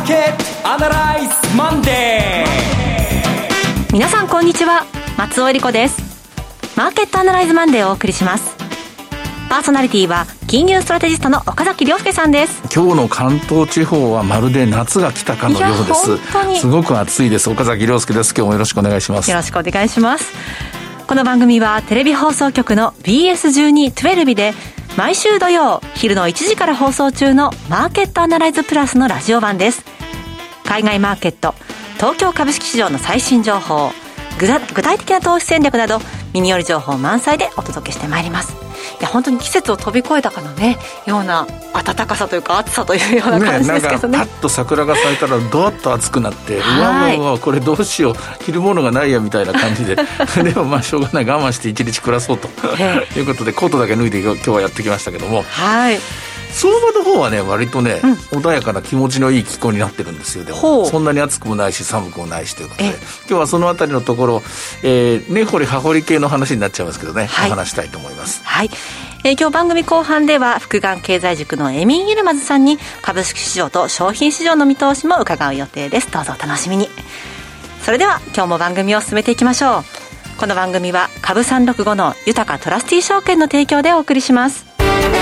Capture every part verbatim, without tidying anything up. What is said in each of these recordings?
ーケットアナライズマンデー。 皆さんこんにちは、松尾恵理子です。マーケットアナライズマンデーをお送りします。パーソナリティは金融ストラテジストの岡崎亮介さんです。 今日の関東地方はまるで夏が来たかのようです。 本当にすごく暑いです。岡崎亮介です。今日もよろしくお願いします。 よろしくお願いします。この番組はテレビ放送局の ビーエスじゅうに じゅうに で毎週土曜昼のいちじから放送中のマーケットアナライズプラスのラジオ版です。海外マーケット、東京株式市場の最新情報、具体的な投資戦略など耳寄り情報満載でお届けしてまいります。いや本当に季節を飛び越えたかのねような暖かさというか暑さというような感じですけどね。 なんかパッと桜が咲いたらドワッと暑くなって、 はい、 うわうわこれどうしよう、着るものがないやみたいな感じででもまあしょうがない、我慢して一日暮らそうということでコートだけ脱いで今日はやってきましたけども、 はい、 相場の方はね割とね、 うん、 穏やかな気持ちのいい気候になってるんですよ。でもそんなに暑くもないし寒くもないしということで、今日はそのあたりのところ、えー、根掘り葉掘り系の話になっちゃいますけどね、はい、お話したいと思います。 はい、えー、今日番組後半では福眼経済塾のエミン・イルマズさんに株式市場と商品市場の見通しも伺う予定です。どうぞお楽しみに。それでは今日も番組を進めていきましょう。この番組は株さんろくごの豊かトラスティ証券の提供でお送りします。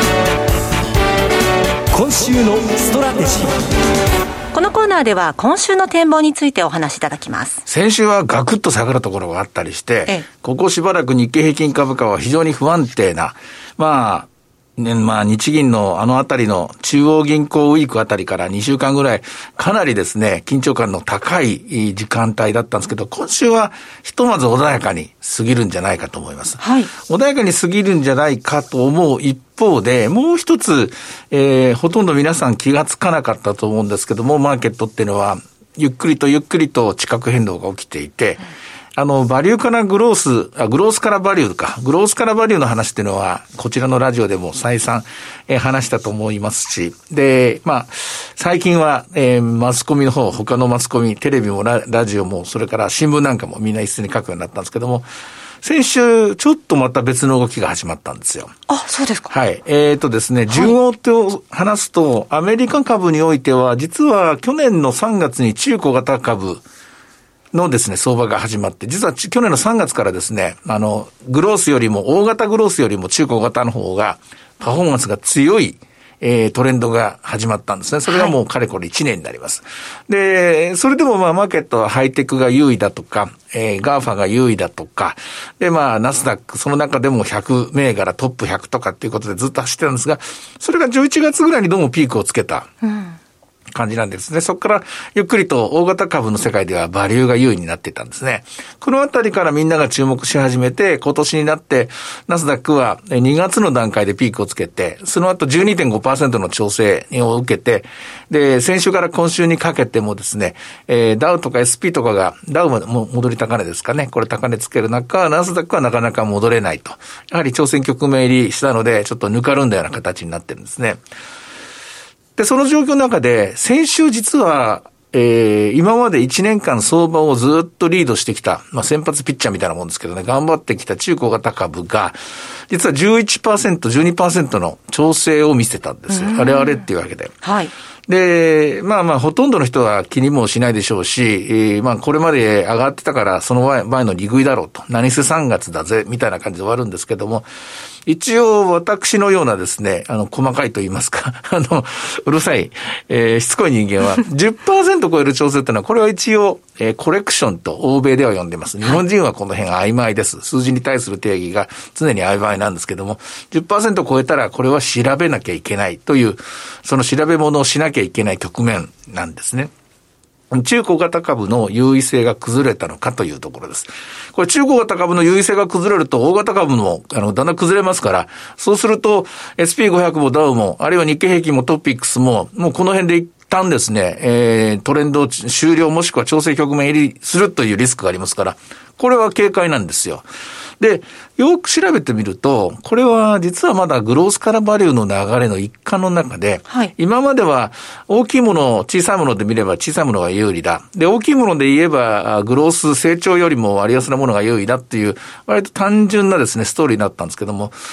今週のストラテジー。 このコーナーでは今週の展望についてお話しいただきます。 先週はガクッと下がるところがあったりして、ええ、ここしばらく日経平均株価は非常に不安定な、まあね、まあ日銀のあのあたりの中央銀行ウィークあたりからにしゅうかんぐらいかなりですね緊張感の高い時間帯だったんですけど、今週はひとまず穏やかに過ぎるんじゃないかと思います、はい、穏やかに過ぎるんじゃないかと思う一方でもう一つ、えー、ほとんど皆さん気がつかなかったと思うんですけども、マーケットっていうのはゆっくりとゆっくりと地殻変動が起きていて、うん、あの、バリューからグロース、あ、グロースからバリューか、グロースからバリューの話っていうのは、こちらのラジオでも再三、えー、話したと思いますし、で、まあ、最近は、えー、マスコミの方、他のマスコミ、テレビもラ、ラジオも、それから新聞なんかもみんな一斉に書くようになったんですけども、先週、ちょっとまた別の動きが始まったんですよ。 あ、そうですか。 はい。えーとですね、順を追って話すと、アメリカ株においては、実は去年のさんがつに中小型株、のですね、相場が始まって、実は去年のさんがつからですね、あの、グロースよりも、大型グロースよりも中小型の方が、パフォーマンスが強い、えー、トレンドが始まったんですね。それがもうかれこれいちねんになります。はい、で、それでもまあ、マーケットはハイテクが優位だとか、えー、ガーファ が優位だとか、で、まあ、ナスダック、その中でもひゃく銘柄トップひゃくとかっていうことでずっと走ってたんですが、それがじゅういちがつぐらいにどうもピークをつけた。うん感じなんですね。そこからゆっくりと大型株の世界ではバリューが優位になっていたんですね。このあたりからみんなが注目し始めて、今年になってナスダックはにがつの段階でピークをつけて、その後 じゅうにてんごパーセント の調整を受けて、で、先週から今週にかけてもですね、えー、ダウとか エスピー とかが、ダウはも戻り高値ですかね。これ高値つける中、ナスダックはなかなか戻れないと。やはり挑戦局面入りしたので、ちょっとぬかるんだような形になってるんですね。で、その状況の中で、先週実は、えー、今までいちねんかん相場をずっとリードしてきた、まあ、先発ピッチャーみたいなもんですけどね、頑張ってきた中小型株が、実は じゅういちパーセント、じゅうにパーセント の調整を見せたんですよ。あれあれっていうわけで。はい。で、まあまあ、ほとんどの人は気にもしないでしょうし、えー、まあ、これまで上がってたから、その前、前の利食いだろうと。何せさんがつだぜ、みたいな感じで終わるんですけども、一応、私のようなですね、あの、細かいと言いますか、あの、うるさい、えー、しつこい人間は、じゅっパーセント 超える調整ってのは、これは一応、えー、コレクションと欧米では呼んでます。日本人はこの辺曖昧です。数字に対する定義が常に曖昧なんですけども、じゅっパーセント 超えたら、これは調べなきゃいけないという、その調べ物をしなきゃいけない局面なんですね。中小型株の優位性が崩れたのかというところです。これ中小型株の優位性が崩れると大型株もあのだんだん崩れますから、そうすると エスピーごひゃく もダウも、あるいは日経平均もトピックスも、もうこの辺で一旦ですね、えー、トレンド終了もしくは調整局面入りするというリスクがありますから、これは警戒なんですよ。で、よく調べてみると、これは実はまだグロースからバリューの流れの一環の中で、はい、今までは大きいもの、小さいもので見れば小さいものが有利だ。で、大きいもので言えば、グロース成長よりも割安なものが優位だっていう、割と単純なですね、ストーリーになったんですけども、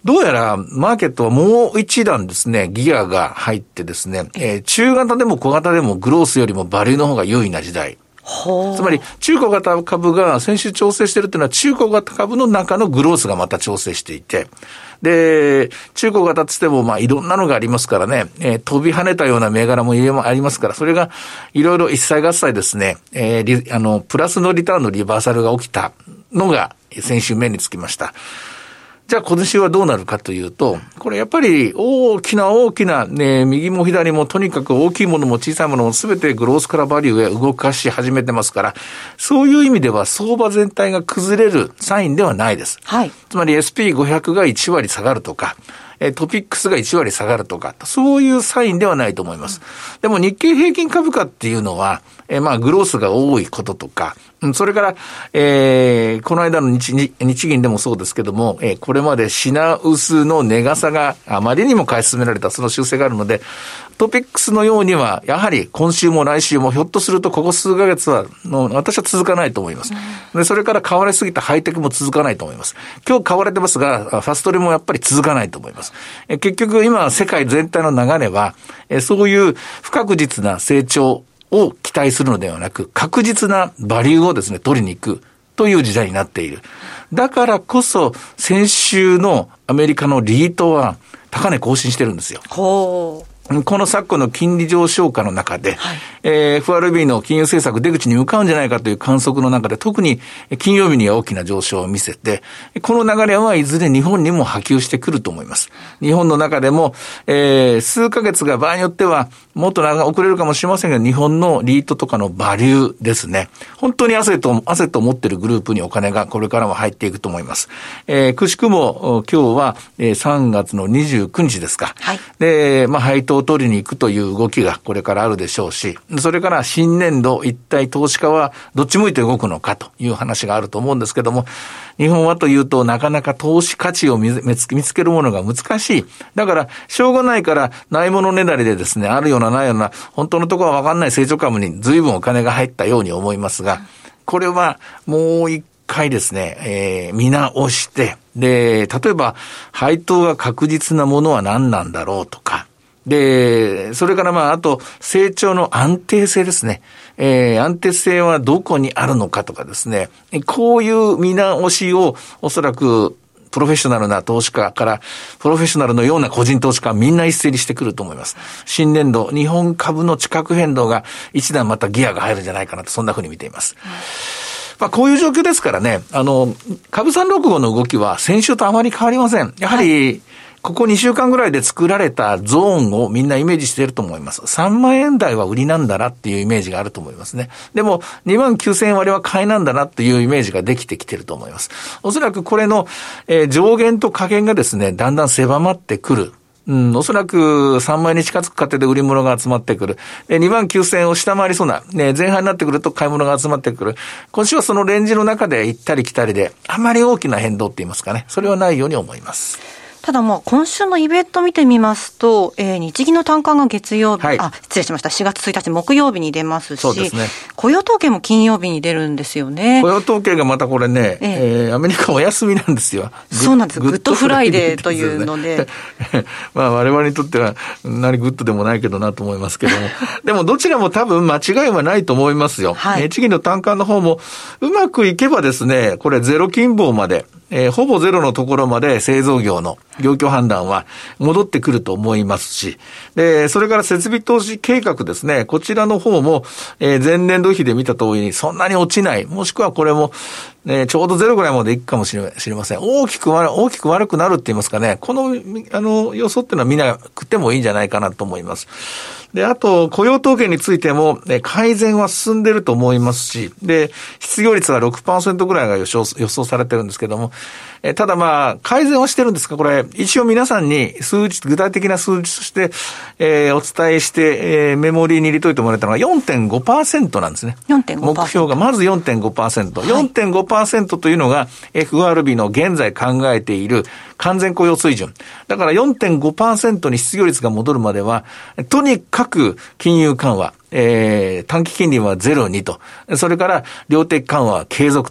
どうやらマーケットはもう一段ですね、ギアが入ってですね、えー、中型でも小型でもグロースよりもバリューの方が優位な時代。つまり、中小型株が先週調整してるっていうのは、中小型株の中のグロースがまた調整していて、で、中小型って言っても、まあ、いろんなのがありますからね、えー、飛び跳ねたような銘柄もありますから、それが、いろいろ一切合切ですね、えー、リ、あの、プラスのリターンのリバーサルが起きたのが、先週目につきました。じゃあ今週はどうなるかというと、これやっぱり大きな大きなね、右も左もとにかく大きいものも小さいものもすべてグロースからバリューへ動かし始めてますから、そういう意味では相場全体が崩れるサインではないです。 はい。 つまり エスピーごひゃく がいち割下がるとか、トピックスがいち割下がるとか、そういうサインではないと思います。でも日経平均株価っていうのは、えまあグロースが多いこととか、それから、えー、この間の日、日銀でもそうですけども、えー、これまで品薄の値傘があまりにも買い進められたその修正があるので、トピックスのようには、やはり今週も来週もひょっとするとここ数ヶ月は、の私は続かないと思います。で、それから買われすぎたハイテクも続かないと思います。今日買われてますが、ファストリもやっぱり続かないと思います。え結局今世界全体の流れは、えそういう不確実な成長を期待するのではなく、確実なバリューをですね、取りに行くという時代になっている。だからこそ、先週のアメリカのリートは高値更新してるんですよ。 ほう。 この昨今の金利上昇下の中で、はい、えー、エフアールビー の金融政策出口に向かうんじゃないかという観測の中で、特に金曜日には大きな上昇を見せて、この流れはいずれ日本にも波及してくると思います。日本の中でも、えー、数ヶ月が場合によってはもっと遅れるかもしれませんが、日本のリートとかのバリューですね。本当にアセット、アセットを持っているグループにお金がこれからも入っていくと思います。えー、くしくも今日はさんがつのにじゅうくにちですか。はい、で、まあ配当を取りに行くという動きがこれからあるでしょうし、それから新年度一体投資家はどっち向いて動くのかという話があると思うんですけども、日本はというとなかなか投資価値を見つけるものが難しい。だからしょうがないからないものねだりでですね、あるようなないような本当のところはわかんない成長株に随分お金が入ったように思いますが、これはもう一回ですね、えー、見直して、で、例えば配当が確実なものは何なんだろうとか、で、それからまあ、あと、成長の安定性ですね。えー、安定性はどこにあるのかとかですね。こういう見直しを、おそらく、プロフェッショナルな投資家から、プロフェッショナルのような個人投資家みんな一斉にしてくると思います。新年度、日本株の地殻変動が一段またギアが入るんじゃないかなと、そんな風に見ています。まあ、こういう状況ですからね、あの、株さんろくごの動きは先週とあまり変わりません。やはり、はい、ここにしゅうかんぐらいで作られたゾーンをみんなイメージしていると思います。さんまんえん台は売りなんだなっていうイメージがあると思いますね。でもにまんきゅうせんえん割は買いなんだなっていうイメージができてきていると思います。おそらくこれの、えー、上限と下限がですね、だんだん狭まってくる。うん、おそらくさんまんえんに近づく過程で売り物が集まってくる。で、にまんきゅうせんえんを下回りそうな、ね、前半になってくると買い物が集まってくる。今週はそのレンジの中で行ったり来たりで、あまり大きな変動って言いますかね。それはないように思います。 ただまあ今週のイベント見てみますと、えー、日銀の短観が月曜日、はい、あ、失礼しました。しがつついたち木曜日に出ますし、 そうですね。 雇用統計も金曜日に出るんですよね。 雇用統計がまたこれね、えーえー、アメリカお休みなんですよ。 そうなんです。グッドフライデーというので。 まあ我々にとっては何グッドでもないけどなと思いますけども。でもどちらも多分間違いはないと思いますよ。はい、日銀の短観の方もうまくいけばですね、これゼロ金棒まで、えー、ほぼゼロのところまで製造業の業況判断は戻ってくると思いますし、で、それから設備投資計画ですね、こちらの方も、えー、前年度比で見た通りにそんなに落ちない、もしくはこれも、ね、ちょうどゼロぐらいまでいくかもしれ、知れません。大きく悪、大きく悪くなるって言いますかね、この、あの、予想っていうのは見なくてもいいんじゃないかなと思います。で、あと、雇用統計についても、ね、改善は進んでると思いますし、で、失業率は ろくパーセント ぐらいが予想、予想されてるんですけども、えただまあ、改善はしてるんですが、これ、一応皆さんに数字、具体的な数字として、えー、お伝えして、えー、メモリーに入れといてもらえたのが よんてんごパーセント なんですね。 よんてんごパーセント。 目標がまず よんてんごパーセント。はい、よんてんごパーセント というのが エフアールビー の現在考えている完全雇用水準。だから よんてんごパーセント に失業率が戻るまでは、とにかく金融緩和、えー、短期金利はゼロにと、それから量的緩和は継続と、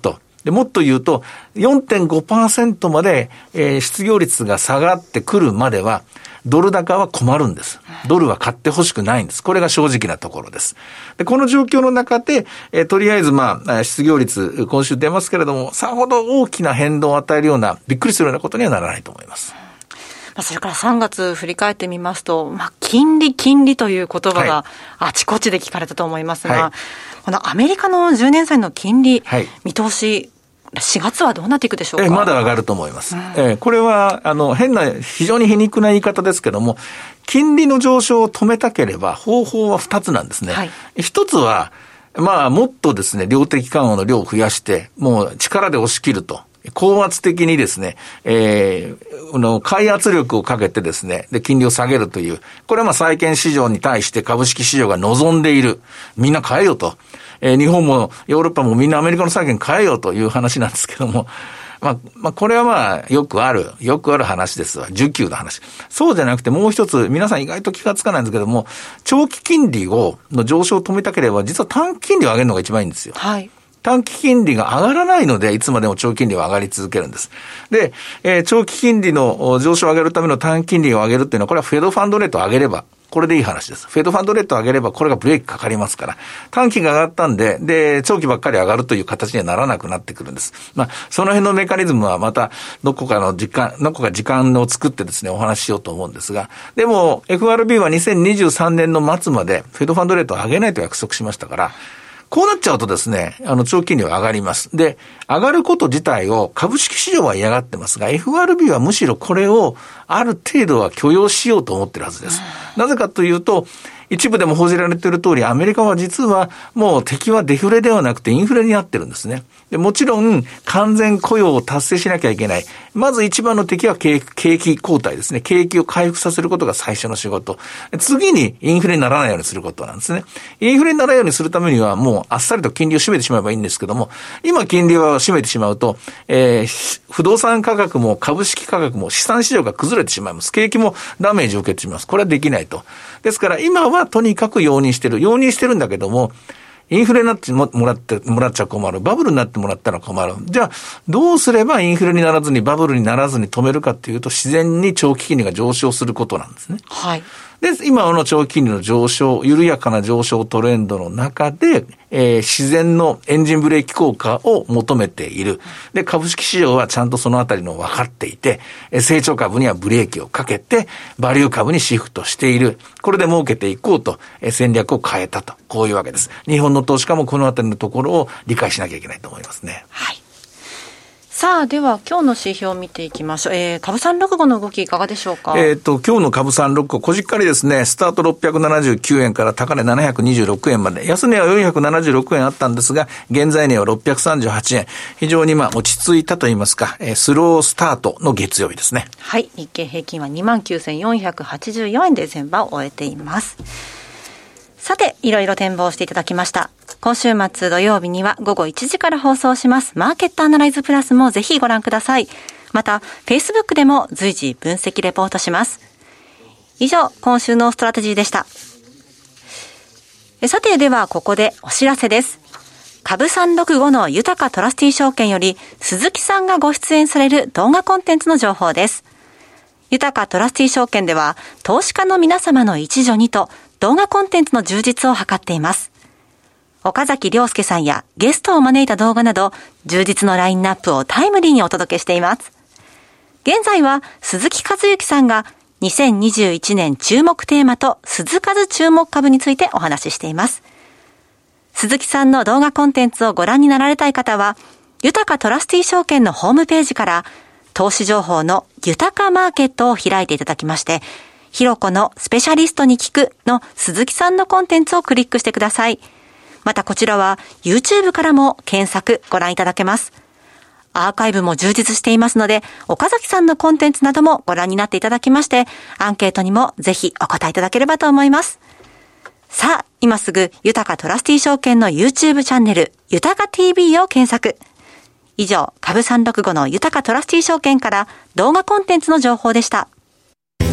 で、もっと言うと よんてんごパーセント まで、えー、失業率が下がってくるまではドル高は困るんです。ドルは買ってほしくないんです。これが正直なところです。で、この状況の中で、えー、とりあえずまあ失業率今週出ますけれども、さほど大きな変動を与えるようなびっくりするようなことにはならないと思います。 それからさんがつ振り返ってみますと、まあ、金利金利という言葉があちこちで聞かれたと思いますが、はい、このアメリカのじゅうねん債の金利、はい、見通ししがつはどうなっていくでしょうか。 えまだ上がると思います。うん、えこれはあの変な非常に皮肉な言い方ですけども、金利の上昇を止めたければ方法はふたつなんですね。はい、ひとつはまあもっとですね量的緩和の量を増やしてもう力で押し切ると。高圧的にですね、えー、の買い圧力をかけてですね、で金利を下げるという、これはまあ債券市場に対して株式市場が望んでいる、みんな買えよと、えー、日本もヨーロッパもみんなアメリカの債券買えよという話なんですけども、まあ、まあ、これはまあ、よくある、よくある話ですわ。需給の話。そうじゃなくてもう一つ、皆さん意外と気がつかないんですけども、長期金利を、の上昇を止めたければ、実は短期金利を上げるのが一番いいんですよ。はい。短期金利が上がらないので、いつまでも長期金利は上がり続けるんです。で、えー、長期金利の上昇を上げるための短期金利を上げるっていうのは、これはフェドファンドレートを上げれば、これでいい話です。フェドファンドレートを上げれば、これがブレーキかかりますから。短期が上がったんで、で、長期ばっかり上がるという形にはならなくなってくるんです。まあ、その辺のメカニズムはまた、どこかの時間、どこか時間を作ってですね、お話ししようと思うんですが、でも、エフアールビー はにせんにじゅうさんねんの末まで、フェドファンドレートを上げないと約束しましたから、こうなっちゃうとですね、あの、長期金利は上がります。で、上がること自体を株式市場は嫌がってますが、エフアールビー はむしろこれをある程度は許容しようと思ってるはずです。なぜかというと、一部でも報じられている通り、アメリカは実はもう敵はデフレではなくてインフレになってるんですね。でもちろん完全雇用を達成しなきゃいけない。まず一番の敵は景気後退ですね。景気を回復させることが最初の仕事。次にインフレにならないようにすることなんですね。インフレにならないようにするためにはもうあっさりと金利を締めてしまえばいいんですけども、今金利を締めてしまうと、えー、不動産価格も株式価格も資産市場が崩れてしまいます。景気もダメージを受けてしまいます。これはできないと。ですから今はとにかく容認してる。容認してるんだけども、インフレになってもらって、もらっちゃ困る。バブルになってもらったら困る。じゃあ、どうすればインフレにならずにバブルにならずに止めるかっていうと、自然に長期金利が上昇することなんですね。はい。で、今の長期金利の上昇、緩やかな上昇トレンドの中で、えー、自然のエンジンブレーキ効果を求めている。で、株式市場はちゃんとそのあたりの分かっていて、成長株にはブレーキをかけて、バリュー株にシフトしている。これで儲けていこうと、戦略を変えたと。こういうわけです。日本の投資家もこのあたりのところを理解しなきゃいけないと思いますね。 はい。さあ、では今日の指標を見ていきましょう。えー、株さんろくごの動きいかがでしょうか。 えっと、今日の株さんろくご、小じっかりですね、スタートろっぴゃくななじゅうきゅうえんから高値ななひゃくにじゅうろくえんまで、安値はよんひゃくななじゅうろくえんあったんですが、現在値はろっぴゃくさんじゅうはちえん。非常にまあ落ち着いたといいますか、えー、スロースタートの月曜日ですね。 はい、日経平均は にまんきゅうせんよんひゃくはちじゅうよんえんで前場を終えています。さて、いろいろ展望していただきました。今週末土曜日には午後いちじから放送しますマーケットアナライズプラスもぜひご覧ください。また Facebook でも随時分析レポートします。以上、今週のストラテジーでした。えさて、ではここでお知らせです。株さんろくごの豊かトラスティ証券より鈴木さんがご出演される動画コンテンツの情報です。豊かトラスティ証券では投資家の皆様の一助にと動画コンテンツの充実を図っています。岡崎亮介さんやゲストを招いた動画など充実のラインナップをタイムリーにお届けしています。現在は鈴木和之さんがにせんにじゅういちねん注目テーマと鈴数注目株についてお話ししています。鈴木さんの動画コンテンツをご覧になられたい方は、豊かトラスティ証券のホームページから投資情報の豊かマーケットを開いていただきまして、ひろこのスペシャリストに聞くの鈴木さんのコンテンツをクリックしてください。またこちらは YouTube からも検索ご覧いただけます。アーカイブも充実していますので、岡崎さんのコンテンツなどもご覧になっていただきまして、アンケートにもぜひお答えいただければと思います。さあ、今すぐ豊かトラスティ証券の YouTube チャンネル、豊か ティービー を検索。以上、株さんろくごの豊かトラスティ証券から動画コンテンツの情報でした。 フ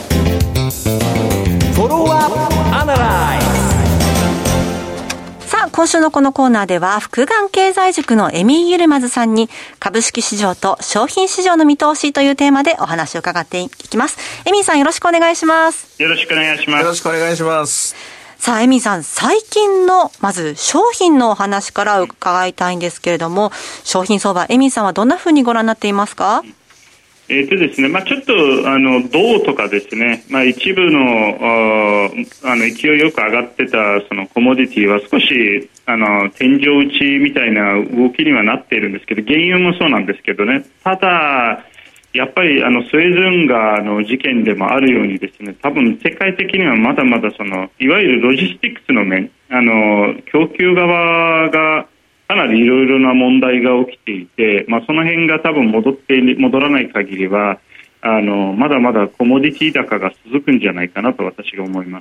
ォローアップアナライズ。 さあ、 今週のこのコーナーでは福眼経済塾のエミー・ユルマズさんに株式市場と商品市場の見通しというテーマでお話を伺っていきます。エミーさん、よろしくお願いします。 よろしくお願いします。 よろしくお願いします。 さあ、エミーさん、最近のまず商品のお話から伺いたいんですけれども、商品相場、エミーさんはどんなふうにご覧になっていますか？ えーとですね、まあ、ちょっとあの銅とかですね、まあ、一部のあの勢いよく上がってたそのコモディティは少しあの天井打ちみたいな動きにはなっているんですけど、原油もそうなんですけどね、ただやっぱりあのスエズ運河の事件でもあるようにですね、多分世界的にはまだまだそのいわゆるロジスティックスの面、あの供給側がかなりいろいろな問題が起きていて、まあ、その辺が多分戻って戻らない限りはあのまだまだコモディティ高が続くんじゃないかなと私が思います。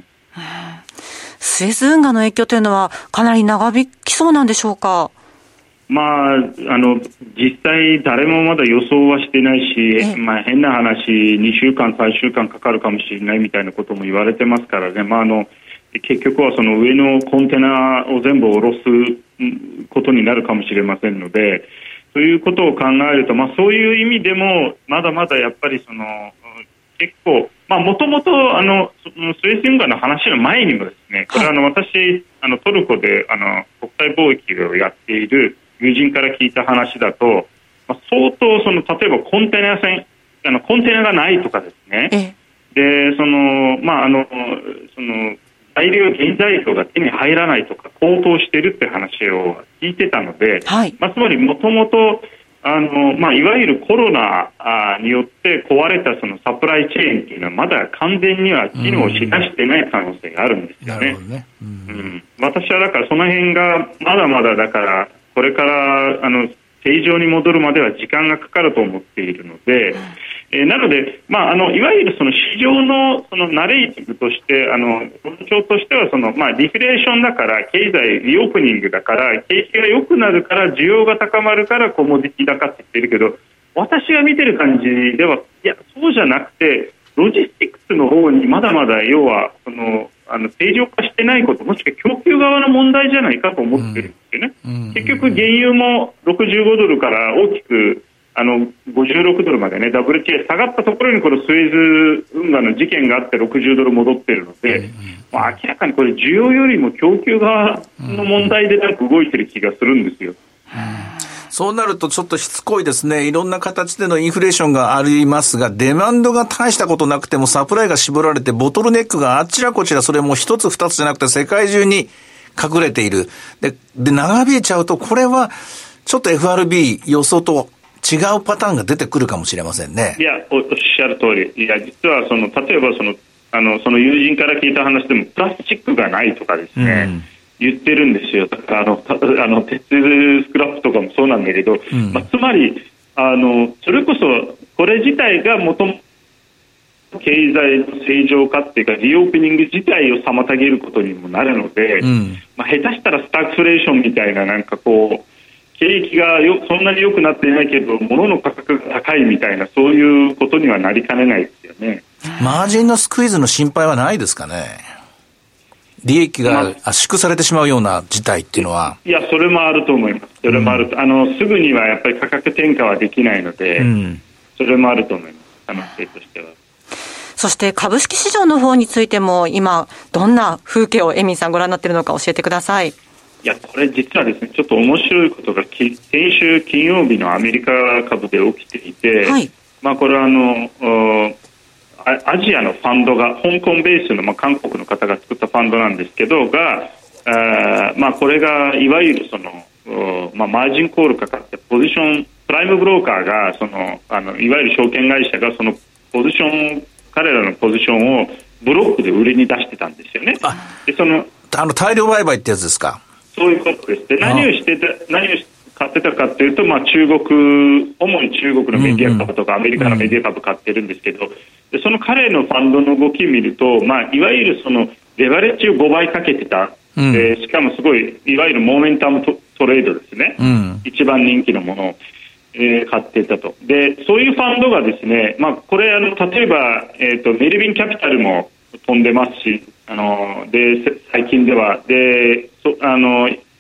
スエズ運河の影響というのはかなり長引きそうなんでしょうか？ まあ、あの実際誰もまだ予想はしてないし、まあ、変な話にしゅうかんさんしゅうかんかかるかもしれないみたいなことも言われてますからね、まあ、あの結局はその上のコンテナを全部下ろすことになるかもしれませんので、そういうことを考えると、まあ、そういう意味でもまだまだやっぱりその結構もともとスエズ運河の話の前にもですね、これはあの私あのトルコであの国際貿易をやっている友人から聞いた話だと、まあ、相当その例えばコンテナ船あのコンテナがないとかですね、でそのまああのその材料原材料が手に入らないとか高騰しているって話を聞いてたので、はい、まあ、つまりもともとあの、まあ、いわゆるコロナによって壊れたそのサプライチェーンというのはまだ完全には機能しだしてない可能性があるんですよね。ね、うんうん、私はだからその辺がまだまだだからこれからあの正常に戻るまでは時間がかかると思っているので、えー、なので、まあ、あのいわゆるその市場 の, そのナレーティブとしてあの論調としてはその、まあ、ディフレーションだから経済リオープニングだから景気が良くなるから需要が高まるからコモディティ高って言ってるけど、私が見てる感じではいやそうじゃなくてロジスティックスの方にまだまだ要はそのあの正常化してないこと、もしくは供給側の問題じゃないかと思ってるんですよね、うんうんうん、結局原油もろくじゅうごドルから大きくあのごじゅうろくドルまでね ダブリューティーアイ 下がったところにこのスエズ運河の事件があってろくじゅうドル戻ってるので、うんうん、まあ、明らかにこれ需要よりも供給側の問題でなく動いてる気がするんですよ、うんうん、 そうなるとちょっとしつこいですね。いろんな形でのインフレーションがありますが、デマンドが大したことなくてもサプライが絞られてボトルネックがあちらこちら、それも一つ二つじゃなくて世界中に隠れている。で、で長引いちゃうとこれはちょっと エフアールビー 予想と違うパターンが出てくるかもしれませんね。 いや お, おっしゃる通り、いや実はその例えばそのあのその友人から聞いた話でもプラスチックがないとかですね、うん、言ってるんですよ。だからあのあの鉄スクラップとかもそうなんだけど、うん、まあ、つまりあのそれこそこれ自体がもともと経済の正常化っていうかリオープニング自体を妨げることにもなるので、うん、まあ、下手したらスタグフレーションみたいななんかこう景気がよそんなに良くなっていないけど物の価格が高いみたいなそういうことにはなりかねないですよね。 マージンのスクイーズの心配はないですかね。利益が圧縮されてしまうような事態っていうのは。 いやそれもあると思います。それもあると、うん、あのすぐにはやっぱり価格転嫁はできないので、うん、それもあると思います。可能性としては。 そして株式市場の方についても今どんな風景をエミンさんご覧になっているのか教えてください。 いやこれ実はですねちょっと面白いことが先週金曜日のアメリカ株で起きていて、はい、まあ、これはあのアジアのファンドが香港ベースの、まあ、韓国の方が作ったファンドなんですけどが、あ、まあ、これがいわゆるその、まあ、マージンコールかかってポジションプライムブローカーがそのあのいわゆる証券会社がそのポジション彼らのポジションをブロックで売りに出してたんですよね。 あでそのあの大量売買ってやつですか。 そういうことです。で何をしてた何を買ってたかというと、まあ、中国主に中国のメディア株とかアメリカのメディア株買ってるんですけど、でその彼のファンドの動きを見ると、まあ、いわゆるそのレバレッジをごばいかけてた、うん、でしかもすごいいわゆるモーメンタム ト, トレードですね、うん、一番人気のものを、えー、買っていたと。でそういうファンドがですね、まあ、これあの例えば、えーと、メルビンキャピタルも飛んでますし、あので最近ではでそあの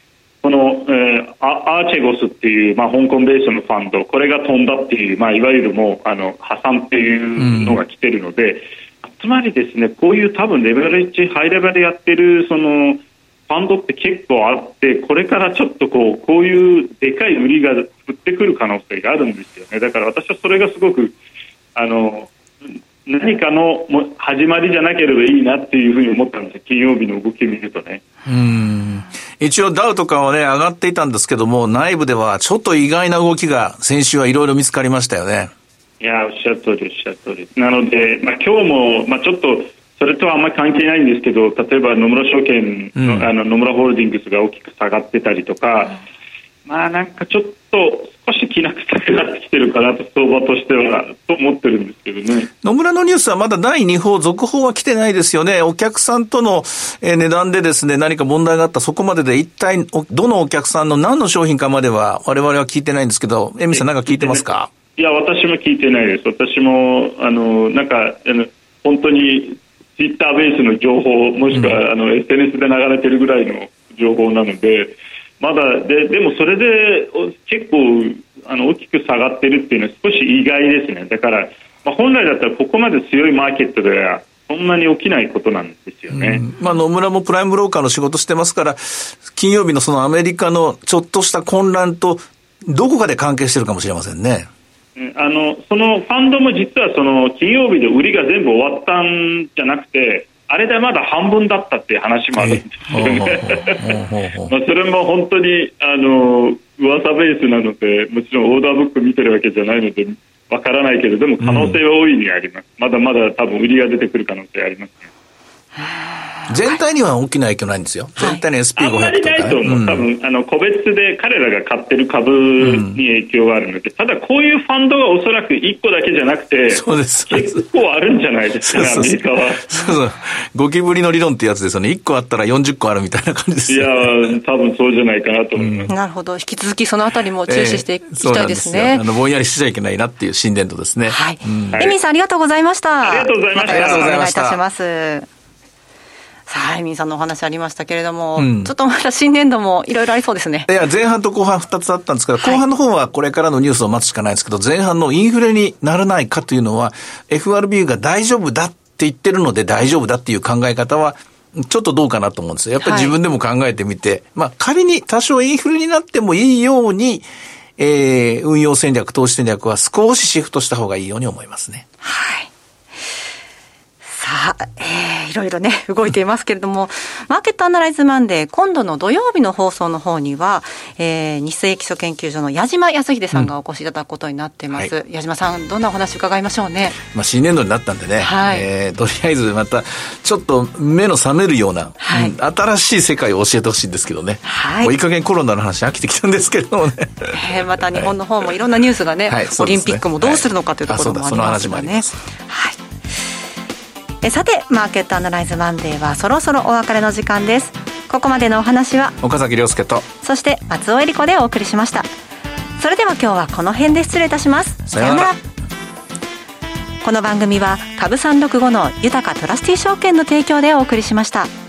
この、えー、ア, アーチェゴスっていう、まあ、香港ベースのファンド、これが飛んだっていう、まあ、いわゆるもうあの破産っていうのが来てるので、うん、つまりですね、こういう多分レベレッジハイレベルでやってるそのファンドって結構あって、これからちょっとこうこういうでかい売りが降ってくる可能性があるんですよね。だから私はそれがすごくあの何かの始まりじゃなければいいなっていうふうに思ったんですよ、金曜日の動きを見るとね。 うーん、一応ダウとかはね上がっていたんですけども、内部ではちょっと意外な動きが先週はいろいろ見つかりましたよね。 いや、おっしゃる通りおっしゃる通りなので、まあ、今日も、まあ、ちょっとそれとはあんまり関係ないんですけど、例えば野村証券の、うん、あの野村ホールディングスが大きく下がってたりとか、うん、まあなんかちょっと少し気な臭くなってきてるかなと、相場としてはと思ってるんですけどね。 野村のニュースはまだだいに報、続報は来てないですよね。お客さんとの値段でですね、何か問題があった、そこまでで一体どのお客さんの何の商品かまでは我々は聞いてないんですけど、エミさんなんか聞いてますか？ いや、私も聞いてないです。私もあのなんかあの本当にツイッターベースの情報、もしくは、うん、あの エスエヌエス で流れてるぐらいの情報なので、まだ で, でもそれで結構あの大きく下がってるっていうのは少し意外ですね。だから、まあ、本来だったらここまで強いマーケットではそんなに起きないことなんですよね。うん、 まあ、野村もプライムブローカーの仕事してますから、金曜日のそのアメリカのちょっとした混乱とどこかで関係してるかもしれませんね。 あのそのファンドも実はその金曜日で売りが全部終わったんじゃなくて、あれでまだ半分だったっていう話もあるんですよね。まあそれも本当にあの噂ベースなので、もちろんオーダーブック見てるわけじゃないのでわからないけれども、可能性は大いにあります。うん、まだまだ多分売りが出てくる可能性ありますね。 全体には大きな影響ないんですよ。全体の エスピーごひゃく とか、ね、 あんまりないと思う。うん、多分あの個別で彼らが買ってる株に影響があるので、うん、ただこういうファンドがおそらくいっこだけじゃなくて、そうです結構あるんじゃないですかね、アメリカは。 そうそう、ゴキブリの理論ってやつですよね。いっこあったらよんじゅっこあるみたいな感じですよね。 いや、多分そうじゃないかなと思います。 うん、なるほど。引き続きそのあたりも注視していきたいですね。えー、そうなんですよ。あのぼんやりしちゃいけないなっていう新年度ですね。 はい。うん、エミンさんありがとうございました。 ありがとうございました。 またよろしくお願いいたします。さあ、エミンさんのお話ありましたけれども、うん、ちょっとまだ新年度もいろいろありそうですね。 いや、前半と後半ふたつあったんですけど、はい、後半の方はこれからのニュースを待つしかないんですけど、前半のインフレにならないかというのは エフアールビー が大丈夫だって言ってるので大丈夫だっていう考え方はちょっとどうかなと思うんですよ。やっぱり自分でも考えてみて、はい、まあ仮に多少インフレになってもいいように、えー、運用戦略、投資戦略は少しシフトした方がいいように思いますね。 はい。さあ、えー、いろいろね動いていますけれども、マーケットアナライズマンデー、今度の土曜日の放送の方には、えー、日清基礎研究所の矢島康秀さんがお越しいただくことになっています。うん、はい、矢島さん、どんなお話伺いましょうね。 まあ、新年度になったんでね、はい、えー、とりあえずまたちょっと目の覚めるような、はい、うん、新しい世界を教えてほしいんですけどね、はい、もういい加減コロナの話飽きてきたんですけどもね、 えー、また日本の方もいろんなニュースがね、はい、オリンピックもどうするのかというところもありますからね。はい、えさて、マーケットアナライズマンデーはそろそろお別れの時間です。ここまでのお話は岡崎亮介と、そして松尾恵理子でお送りしました。それでは今日はこの辺で失礼いたします。 さようなら。 この番組は株さんろくごの豊かトラスティ証券の提供でお送りしました。